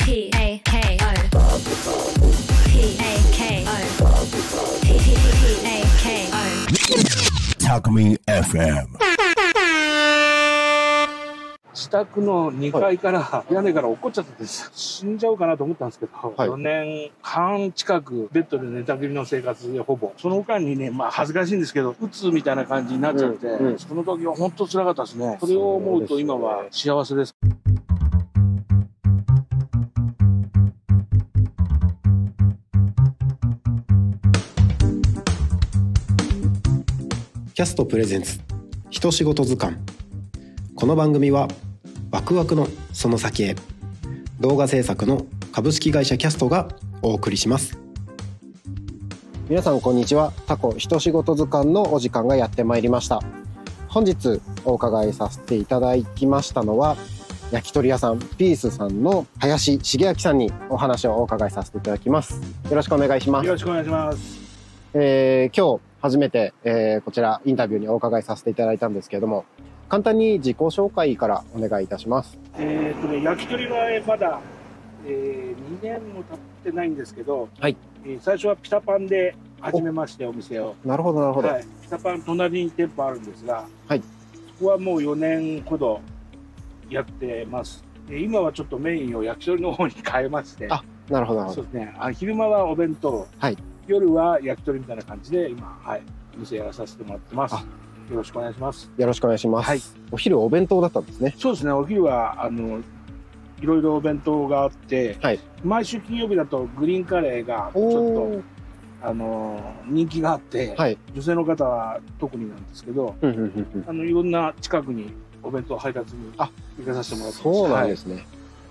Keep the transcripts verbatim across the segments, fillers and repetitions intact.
P A K O P A K O P A K O タコミン エフエム。 自宅のにかいから屋根から落っこっちゃってです死んじゃうかなと思ったんですけど、はい、よねんはん近くベッドで寝たきりの生活でほぼその間にね、まあ恥ずかしいんですけどうつみたいな感じになっちゃって、うんうん、その時は本当辛かったですね。それを思うと今は幸せです。 キャストプレゼンツ一仕事図鑑。この番組はワクワクのその先へ、動画制作の株式会社キャストがお送りします。皆さんこんにちは。タコ一仕事図鑑のお時間がやってまいりました。本日お伺いさせていただきましたのは焼き鳥屋さんピースさんの林重明さんにお話をお伺いさせていただきます。よろしくお願いします。 よろしくお願いします。 えー、今日初めて、えー、こちらインタビューにお伺いさせていただいたんですけれども、簡単に自己紹介からお願いいたします。 えーとね、焼き鳥はまだ、えー、にねんも経ってないんですけど、はい、えー、最初はピタパンで始めましてお店を。 なるほどなるほど、はい、 ピタパン隣に店舗あるんですが、 はい、 そこはもうよねんほどやってます。で今はちょっとメインを焼き鳥の方に変えまして。 あ、なるほどなるほど。 そうですね、あ昼間はお弁当、はい、夜は焼き鳥みたいな感じで今、はい、お店やらさせてもらってます。よろしくお願いします。 よろしくお願いします。はい、お昼お弁当だったんですね。 そうですね。お昼はあのいろいろお弁当があって、はい、毎週金曜日だとグリーンカレーがちょっとあの人気があって、はい、女性の方は特になんですけど、あのいろんな近くにお弁当配達に行かさせてもらってます。 そうなんですね。はい、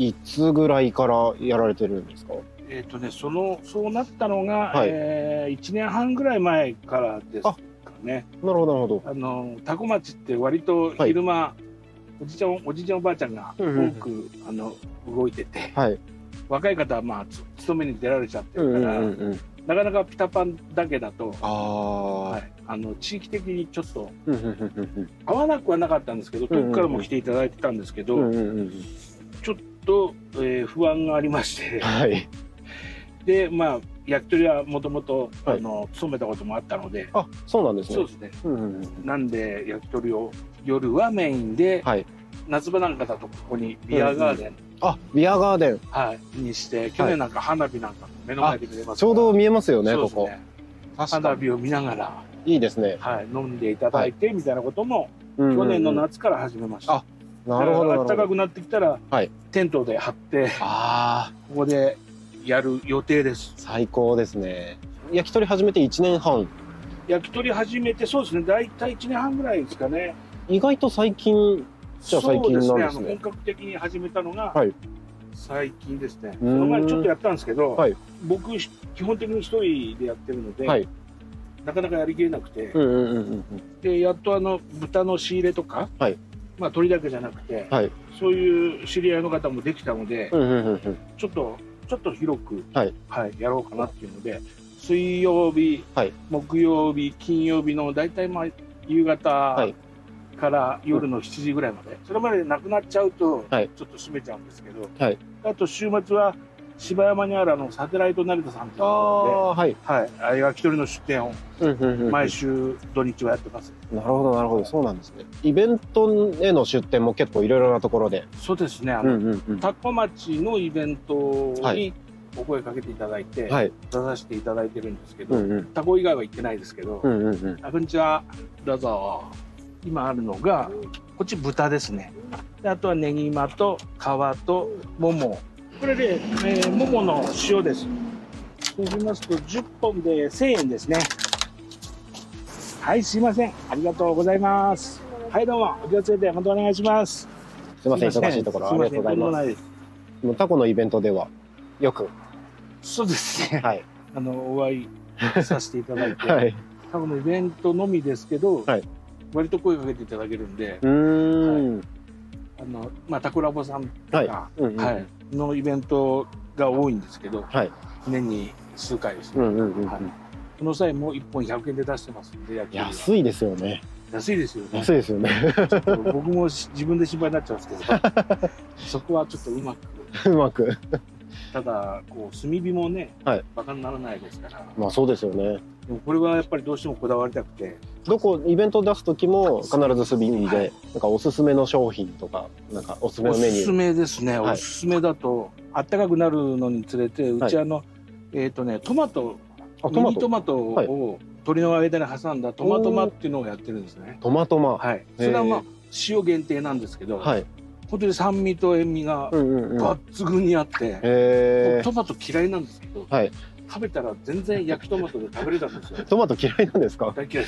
いつぐらいからやられてるんですか？ えっとね、そのそうなったのが、はい、えー、いちねんはんぐらい前からです。ね、 なるほどなるほど。 あの多古町って割と昼間、はい、おじちゃんおじいちゃんおばあちゃんが多く、うんうん、あの動いてて、はい、若い方はまあ勤めに出られちゃってるから、うんうんうん、なかなかピタパンだけだと、あ、はい、あの地域的にちょっと合わなくはなかったんですけど、遠くからも来ていただいてたんですけど、うんうんうん、ちょっと、えー、不安がありまして、はい、でまあ焼き鳥はもともと勤めたこともあったので。 あ、そうなんですね。 そうですね、うんうんうん、なんで焼き鳥を夜はメインで、はい、夏場なんかだとここにビアガーデン、うんうん、 あ、ビアガーデン、 はい、にして去年なんか花火なんか目の前で見れますから、 ちょうど見えますよね、ここ。 花火を見ながらいいですね、 はい、飲んでいただいて、はい、みたいなことも去年の夏から始めました。あ、 なるほど。 暖かくなってきたら、はい、テントで張って、あ、ここでやる予定です。 最高ですね。焼き鳥始めていちねんはん。 焼き鳥始めてそうですね、だいたいいちねんはんぐらいですかね。 意外と最近じゃあ最近なんですね。そうですね、 あの本格的に始めたのが最近ですね。その前ちょっとやったんですけど、はい、僕基本的に一人でやってるので、はい、なかなかやりきれなくて、うんうんうんうん、でやっとあの豚の仕入れとか、はい、まあ鶏だけじゃなくて、はい、そういう知り合いの方もできたので、うんうんうんうん、ちょっとちょっと広く、はいはい、やろうかなっていうので、水曜日、はい、木曜日、金曜日のだいたいまあ夕方から夜のしちじぐらいまで、はい、それまでなくなっちゃうと、はい、ちょっと閉めちゃうんですけど、はい、あと週末は芝山にあるあのサテライト成田さんというところで、はいはい、焼き鳥の出店を毎週土日はやってます。 なるほどなるほど、そうなんですね。イベントへの出店も結構いろいろなところで。 そうですね、あの、うんうんうん、田子町のイベントにお声かけていただいて、はい、出させていただいてるんですけど、うんうん、田子以外は行ってないですけど、うんうんうん、あ、こんにちは、どうぞ。今あるのがこっち豚ですね。であとはネギマと皮ともも、これで、えー、ももの塩です。そうしますとじゅっぽんでせんえんですね。はい、すいません、ありがとうございます。はい、どうもお気をつけて本当お願いします。 すいません、忙しいところありがとうございます。もうタコのイベントではよく。 そうですね、はい、あのお会いさせていただいて、はい、タコのイベントのみですけど、はい、割と声かけていただけるんで、うーん、はい、あのまあタコラボさんとか、はいうんうんはい、のイベントが多いんですけど、はい、年に数回ですね、うんうんうんはい、この際もいっぽんひゃくえんで出してますんで。 安いですよね。 安いですよね。 安いですよね。 ちょっと僕も自分で心配になっちゃうんですけどそこはちょっとうまくうまくただこう炭火もね、はい、バカにならないですから。 まあそうですよね。 でもこれはやっぱりどうしてもこだわりたくて、 どこイベント出す時も必ず炭火で、はい、なんかおすすめの商品とかなんかおすすめのメニュー。 おすすめですね、はい、おすすめだとあったかくなるのにつれて、うちあの、はい、えっとねトマトミニトマトを、はい、鶏の間に挟んだトマトマっていうのをやってるんですね。 トマトマ、 はい、それはまあ塩限定なんですけど、はい、本当に酸味と塩味が抜群にあって、うんうん、トマト嫌いなんですけど、はい、食べたら全然焼きトマトで食べれたんですよ。 トマト嫌いなんですか？ 大嫌いです。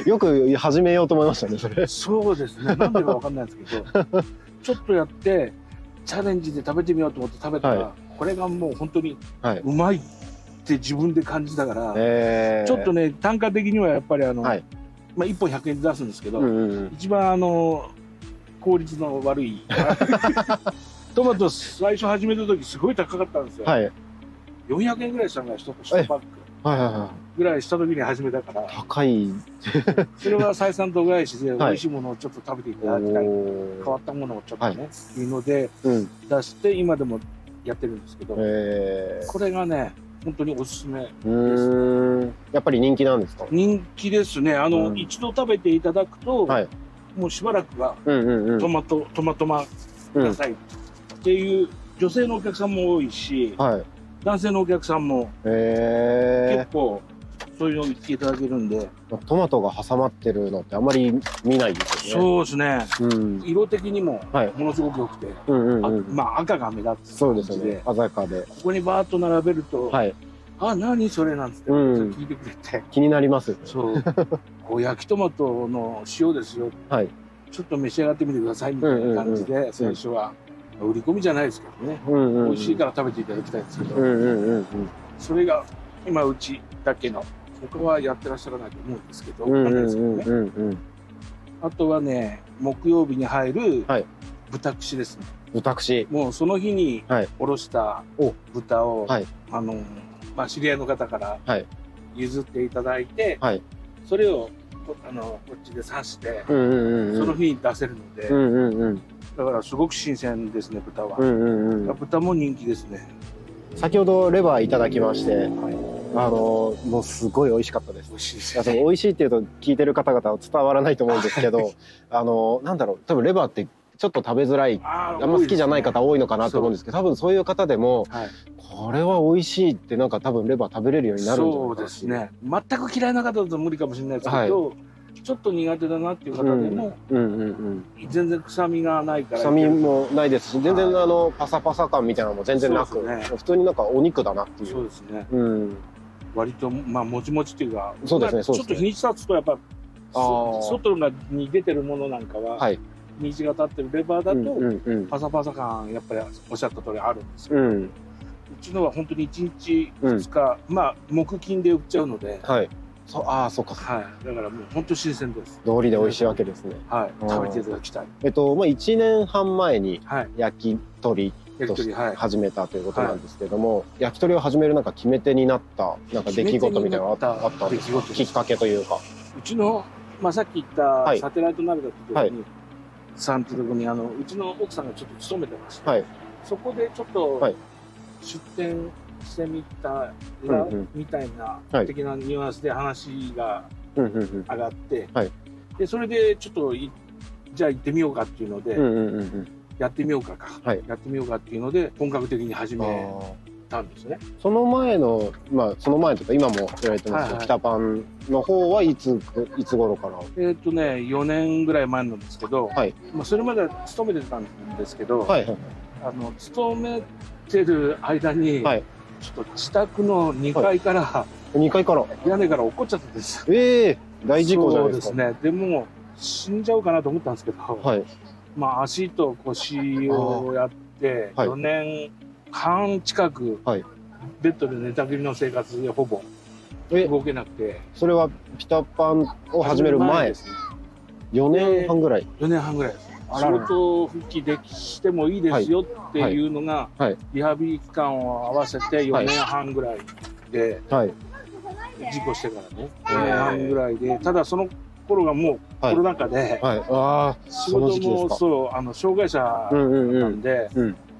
よく始めようと思いましたね、それ。 そうですね。なんでかわかんないですけど、ちょっとやってチャレンジで食べてみようと思って食べたら、はい、これがもう本当にうまいって自分で感じたから、はい、ちょっとね単価的にはやっぱりあの、はい、まあいっぽんひゃくえんで出すんですけど、うんうんうん、一番あの効率の悪いトマト最初始めた時すごい高かったんですよ。はい、よんひゃくえんぐらいしたのが一ついちパックぐらいした時に始めたから高い。 それは採算度外視で美味しいものをちょっと食べていただきたい、変わったものをちょっとね、はい、いうので、うん、出して今でもやってるんですけど、これがね本当におすすめです。 うん、やっぱり人気なんですか？ 人気ですね。あの、うん、一度食べていただくと、はい、もうしばらくはトマトトマトマくださいっていう女性のお客さんも多いし、はい、男性のお客さんも結構そういうのを言っていただけるんで。 トマトが挟まってるのってあんまり見ないですよね。 そうですね、うん、色的にもものすごく良くて、まあ赤が目立つ感じで、そうですね、 鮮やかでここにバーッと並べると、はい、あ、何それなんつって、うん、聞いてくれて気になります。 そうこう焼きトマトの塩ですよ、はい、ちょっと召し上がってみてくださいみたいな感じで最初は売り込みじゃないですけどね、美味しいから食べていただきたいんですけど、それが今うちだけの、他はやってらっしゃらないと思うんですけど、あとはね木曜日に入る豚串ですね。 豚串、 もうその日におろした豚を、はい、あのまあ知り合いの方から譲っていただいて、はい、それをあのこっちで刺して、その日に出せるので、うんうんうん、だからすごく新鮮ですね、豚は。うんうんうん、豚も人気ですね。 先ほどレバーいただきまして、はい、あのもうすごい美味しかったです。美味しいですね。美味しいっていうと聞いてる方々は伝わらないと思うんですけど、あのなんだろう、多分レバーってちょっと食べづらい、あんま好きじゃない方多いのかなと思うんですけど、多分そういう方でも、はい、これは美味しいってなんか多分レバー食べれるようになるんじゃないかな。そうですね。全く嫌いな方だと無理かもしれないですけど、はい、ちょっと苦手だなっていう方でも全然臭みがないから、 臭みもないですし、全然あのパサパサ感みたいなのも全然なく、ね、普通になんかお肉だなっていう。 そうですね、うん、割とまあもちもちっていうか、 そうですね、そうですね、 ちょっと日にち経つとやっぱ外に出てるものなんかは、はい、日にちが経ってるレバーだとパサパサ感やっぱりおっしゃった通りあるんですけど、うん、うちのは本当にいちにちふつか、うん、まあ木金で売っちゃうので、はい、そああそうか、はい、だからもう本当新鮮です。 道理で美味しいわけですね。 はい、食べていただきたい。 えっとまあいちねんはん前に焼き鳥として始めたということなんですけども、はい、焼き鳥を始めるなんか決め手になったなんか出来事みたいなのがあったんですか？きっかけというか。 うちのまあさっき言ったサテライト鍋だった時に、はい、さんってとこにあのうちの奥さんがちょっと勤めてまして、はい、そこでちょっと出店してみたら、はい、みたいな的なニュアンスで話が上がって、はい、でそれでちょっといじゃあ行ってみようかっていうので、やってみようかか、はい、やってみようかっていうので本格的に始めたんですね。 その前のまあその前とか今もやられてますけど、北パンの方はいついつ頃から？ えっとねよねんぐらい前なんですけど、はい、まあそれまでは勤めてたんですけど、はいはい、あの勤めてる間に、はい、ちょっと自宅のにかいから、はい、にかいから屋根から落っこっちゃったんです。 ええー、大事故じゃないですか。 そうですね。でも死んじゃうかなと思ったんですけど、はい、まあ足と腰をやってよねんはん近くベッドで寝たきりの生活でほぼ動けなくて。 それはピタパンを始める前ですね。よねんはんぐらい。 よねんはんぐらいです。仕事復帰できしてもいいですよっていうのが、はいはい、リハビリ期間を合わせてよねんはんぐらいで、はい、事故してからね、よねんはんぐらいで、ただその頃がもうコロナ禍で、はいはい、あ仕事もそうあの障害者なんで、うんうんうん、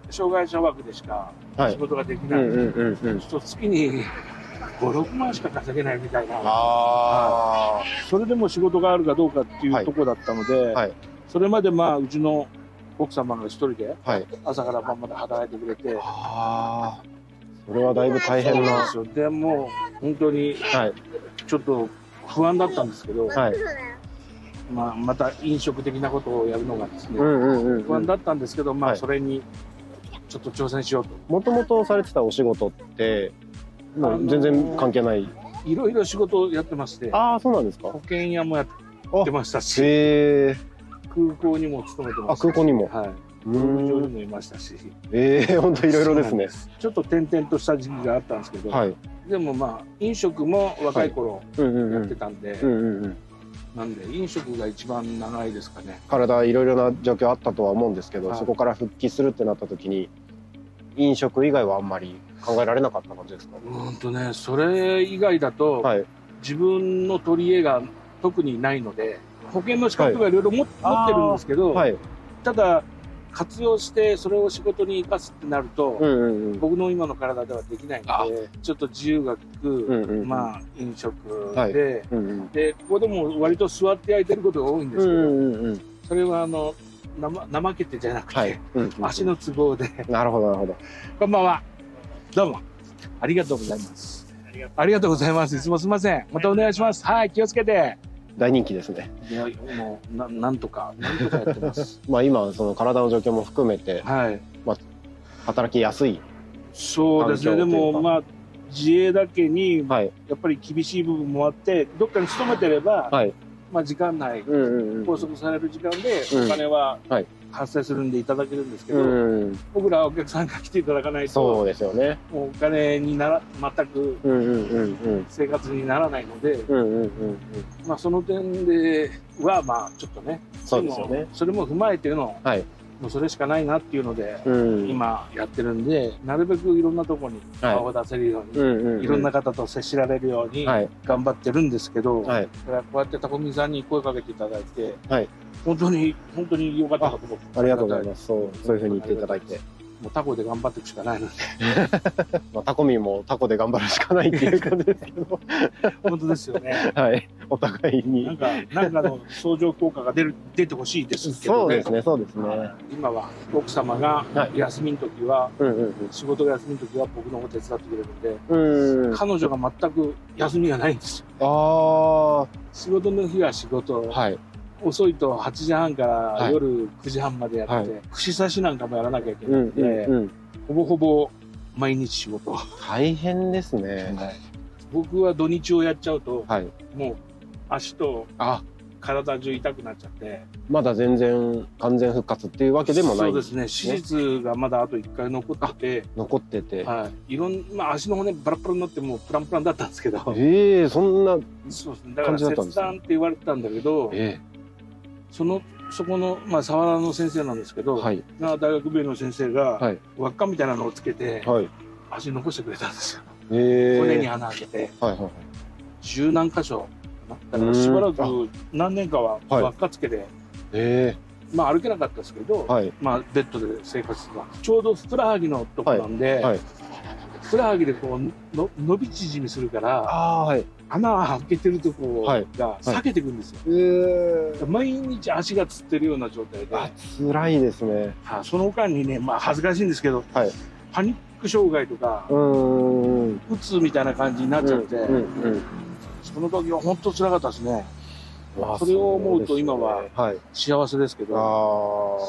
障害者枠でしか仕事ができないので、月にご、ろくまんしか稼げないみたいな。あそれでも仕事があるかどうかっていうところだったので、はいはい、それまでまあうちの奥様が一人で朝から晩まで働いてくれて、 はい、それはだいぶ大変な。 そうでもう本当にちょっと不安だったんですけど、はい、まあまた飲食的なことをやるのがですね、不安だったんですけど、まあそれにちょっと挑戦しようと。 もともとされてたお仕事ってもう全然関係ない。 いろいろ仕事をやってまして。 ああ、そうなんですか。 保険屋もやってましたし、 え空港にも勤めてましたし。 あ、空港にも。 はい。ゴルフ場にもいましたし。 ええ、本当いろいろですね。 ちょっと転々とした時期があったんですけど、はい、でもまあ飲食も若い頃やってたんで、なんで飲食が一番長いですかね。 体いろいろな状況あったとは思うんですけど、はい、そこから復帰するってなった時に飲食以外はあんまり考えられなかった感じですか？ うんとね、それ以外だと、はい、自分の取り柄が特にないので、保険の資格とかいろいろ持ってるんですけど、はい、ただ活用してそれを仕事に生かすってなると、うんうんうん、僕の今の体ではできないので、ちょっと自由が利く、うんうんうん、まあ飲食で、はいうんうん、でここでも割と座って焼いてることが多いんですけど、うんうんうん、それはあの怠けてじゃなくて、はいうんうん、足の都合で。 なるほどなるほど。 こんばんは。どうもありがとうございます。ありがとうございます。いつもすみません。またお願いします。はい、気をつけて。 大人気ですね。 いや、もうななんとかなんとかやってます。 まあ今その体の状況も含めて、はい、まあ働きやすい。 そうですね。でもまあ自営だけにやっぱり厳しい部分もあって、どっかに勤めてれば、はい、まあ時間内、拘束される時間でお金は発生するんでいただけるんですけど、うん、僕らお客さんが来ていただかないと、 そうですよね。 もうお金になら全く生活にならないので、まあその点ではまあちょっとね、 そうですよね。 それも踏まえての、はい、もうそれしかないなっていうので、うん、今やってるんで、なるべくいろんなところに顔を出せるように、いろんな方と接しられるように頑張ってるんですけど、はい、こうやってタコミさんに声かけていただいて、はい、本当に本当に良かったと思って。 ありがとうございます。そうそういうふうに言っていただいて。 もうタコで頑張っていくしかないのでまあタコミもタコで頑張るしかないっていう感じですけど本当ですよね。 はい、お互いになんかなんかの相乗効果が出る出てほしいですけどね。そうですね、そうですね。 今は奥様が休みの時は、はいうんうんうん、仕事が休みの時は僕の方手伝ってくれるんで、うん、彼女が全く休みがないんですよ。ああ。仕事の日は仕事。はい。遅いとはちじはんから夜くじはんまでやって、はい、串刺しなんかもやらなきゃいけないんで、うんうんうん、ほぼほぼ毎日仕事。 大変ですね。はい、 僕は土日をやっちゃうと、はい、もう足と体中痛くなっちゃって。 まだ全然完全復活っていうわけでもないんですね。そうですね。手術がまだあといっかい残ってて。 残ってて。 はい。いろんまあ足の骨バラバラになってもうプランプランだったんですけど。 ええー、そんな感じだったんですね。だから切断って言われてたんだけど。えーそのそこの、まあ、沢田の先生なんですけど、はい、大学病院の先生が、はい、輪っかみたいなのをつけて、はい、足残してくれたんですよ。えー、骨に穴開けて、はいはいはい、十何箇所だからしばらく何年かは輪っかつけて、えー、まあ歩けなかったですけど、はい、まあベッドで生活がちょうどふくらはぎのとこなんで、はいはい、ふくらはぎでこうの伸び縮みするから。あ、はい、穴開けてるとこが裂けてくるんですよ。はいはい、えー、毎日足がつってるような状態で。 あ、辛いですね。 はあ、その間にね、まあ恥ずかしいんですけど、はい、パニック障害とか、うーん、うつみたいな感じになっちゃって、うんうんうん、その時は本当辛かったですね。それを思うと今は幸せですけど、はい、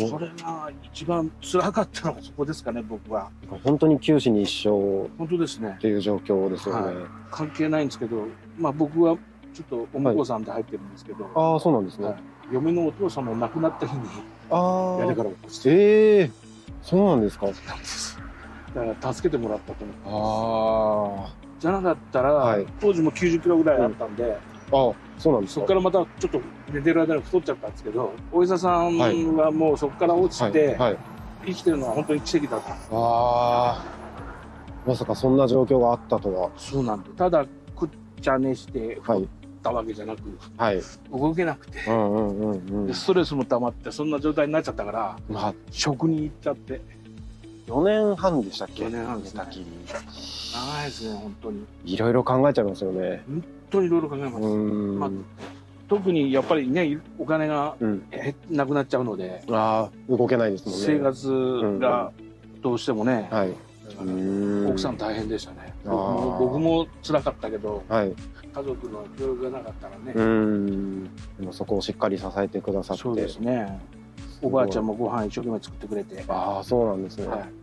それが一番辛かったのがそこですかね、僕は。 本当に九死に一生本当ですねっていう状況ですよね。はい、 関係ないんですけど、まあ僕はちょっとお婿さんで入ってるんですけど、はい、 ああそうなんですね。はい、 嫁のお父さんも亡くなった日に屋根から落っこちて。 ええー、そうなんですか。だから助けてもらったと思って。ああ。じゃなかったら、はい、当時もきゅうじゅっキロぐらいあったんで。うん、ああ、そうなんですか。 そこからまたちょっと寝てる間に太っちゃったんですけど、お医者さんはもうそこから落ちて、はいはい、生きてるのは本当に奇跡だったんです。 ああ、まさかそんな状況があったとは。 そうなんです。ただくっちゃねして、はい、 たわけじゃなく、 はい、 動けなくて、 うんうんうんうん、 でストレスも溜まってそんな状態になっちゃったから、まあ、職に行っちゃって。 よねんはんでしたっけ？ よねんはんですね。 寝たきり。 長いですね、本当に。 いろいろ考えちゃいますよね。 本当にいろいろ考えます。まあ、特にやっぱりね、お金が、うん、なくなっちゃうので、 ああ、動けないですもんね。 生活がどうしてもね、 うん、はい、 奥さん大変でしたね。僕も、僕も辛かったけど、はい、家族の協力がなかったらね。 うん。でもそこをしっかり支えてくださって。 そうですね。おばあちゃんもご飯一生懸命作ってくれて。 ああ、そうなんですね。 はい、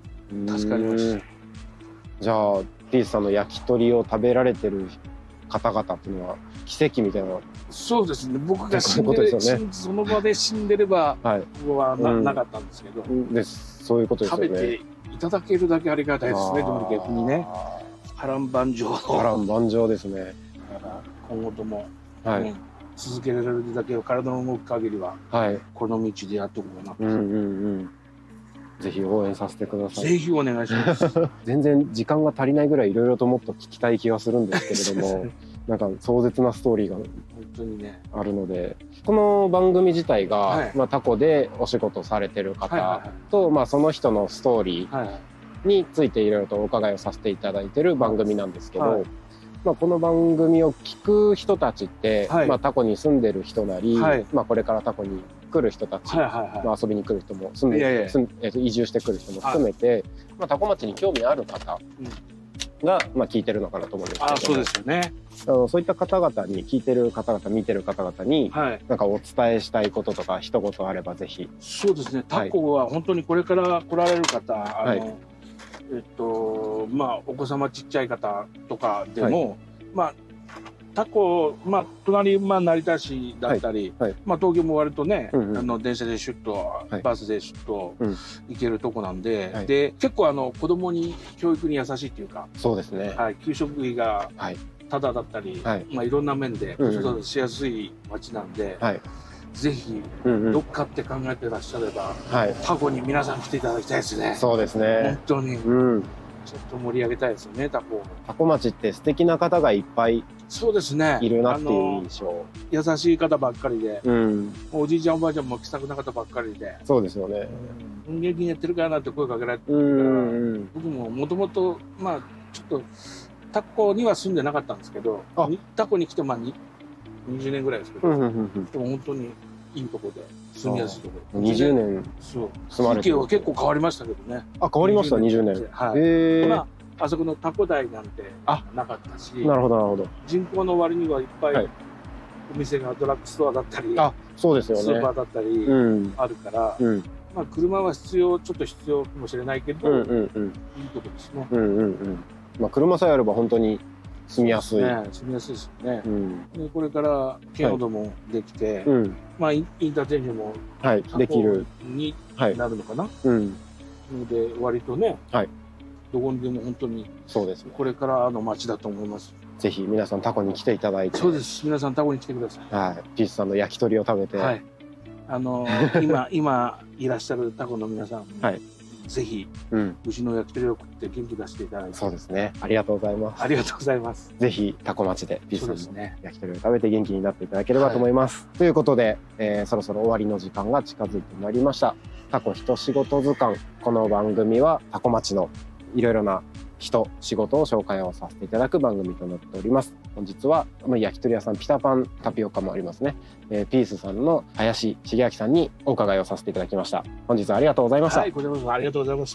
助かりました。 じゃあピースさんの焼き鳥を食べられてる方々っていうのは奇跡みたいな。 そうですね。僕が死んでる、ね、その場で死んでれば、はい、僕は な,、うん、なかったんですけど。 です。そういうことですよね。 食べていただけるだけありがたいですね。でも逆にね。波乱万丈。 波乱万丈ですね。 今後とも、はい、ね、続けられるだけを体の動く限りは、はい、この道でやっとこうかなと。うんうんうん。 ぜひ応援させてください。 ぜひお願いします。 全然時間が足りないぐらいいろいろともっと聞きたい気はするんですけれども、なんか壮絶なストーリーが本当にねあるので、この番組自体が、はい、まあタコでお仕事されてる方と、まあその人のストーリーについていろいろとお伺いをさせていただいてる番組なんですけど、はい、まあこの番組を聞く人たちって、はい、まあタコに住んでる人なり、はい、まあこれからタコに来る人たち、はいはいはい、まあ遊びに来る人も住んで、いやいや、住ん、えーと、移住してくる人も含めて、まあタコ町に興味ある方が、まあ聞いてるのかなと思うんですけど、 あ、そうですよね。 あのそういった方々に、聞いてる方々、見てる方々に、はい、なんかお伝えしたいこととか一言あればぜひ。 そうですね。タコは本当にこれから来られる方、はい、あのえっとまあお子様ちっちゃい方とかでも、はい、まあタコ、まあ、隣、まあ、成田市だったり、はいはい、まあ、東京も割とね、うんうん、あの電車でシュッと、はい、バスでシュッと行けるとこなんで、はい、で結構あの子供に教育に優しいっていうか、 そうですね、 はい、給食費がタダだったり、はい、まあ、いろんな面で子育てしやすい街なんで、はい、ぜひ、うんうん、どっかって考えてらっしゃれば、はい、タコに皆さん来ていただきたいですね。 そうですね、 本当に、うん、ちょっと盛り上げたいですよね、タコ。 タコ町って素敵な方がいっぱいそうですね。 いるなっていう印象。 優しい方ばっかりで、うん、おじいちゃんおばあちゃんも気さくな方ばっかりで。 そうですよね。 うん、元気にやってるからなって声かけられてるから、うん、僕ももともとまあちょっとタコには住んでなかったんですけど、タコに来てまあににじゅうねんぐらいですけど、うんうんうん、でも本当にいいとこで住みやすいところ。 にじゅうねんそう住まれてる。結構変わりましたけどね。 あ、変わりましたにじゅうねん。 はい。へー。あそこのタコ台なんてなかったし、 なるほどなるほど。 人口の割にはいっぱいお店がドラッグストアだったり、 あ、そうですよね、 スーパーだったりあるから、うん、まあ車は必要、ちょっと必要かもしれないけど、うんうんうん、いいとこですね。うんうんうん。まあ車さえあれば本当に住みやすい。ね、 住みやすいですよね。うん、でこれから圏央道もできて、はい、うん、まあインターチェンジもできるになるのかな。はい、うん。で割とね。はい。どこにでも本当にそうですね。これからの街だと思います。 ぜひ皆さんタコに来ていただいて。 そうです。皆さんタコに来てください。 はい。ピースさんの焼き鳥を食べて。はい。 あの今今いらっしゃるタコの皆さん、はい、ぜひ、うん、牛の焼き鳥を食って元気出していただいて。 そうですね。ありがとうございます。 ありがとうございます。 ぜひタコ町でピースさんの焼き鳥を食べて元気になっていただければと思います。はい、ということで、えー、そろそろ終わりの時間が近づいてまいりました。タコ一仕事図鑑。この番組はタコ町のいろいろな人、仕事を紹介をさせていただく番組となっております。本日は焼き鳥屋さんピタパンタピオカもありますね、えー、ピースさんの林重明さんにお伺いをさせていただきました。本日はありがとうございました。 はい、こちらこそありがとうございました。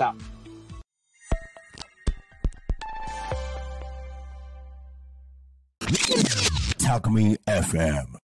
タクミン エフエム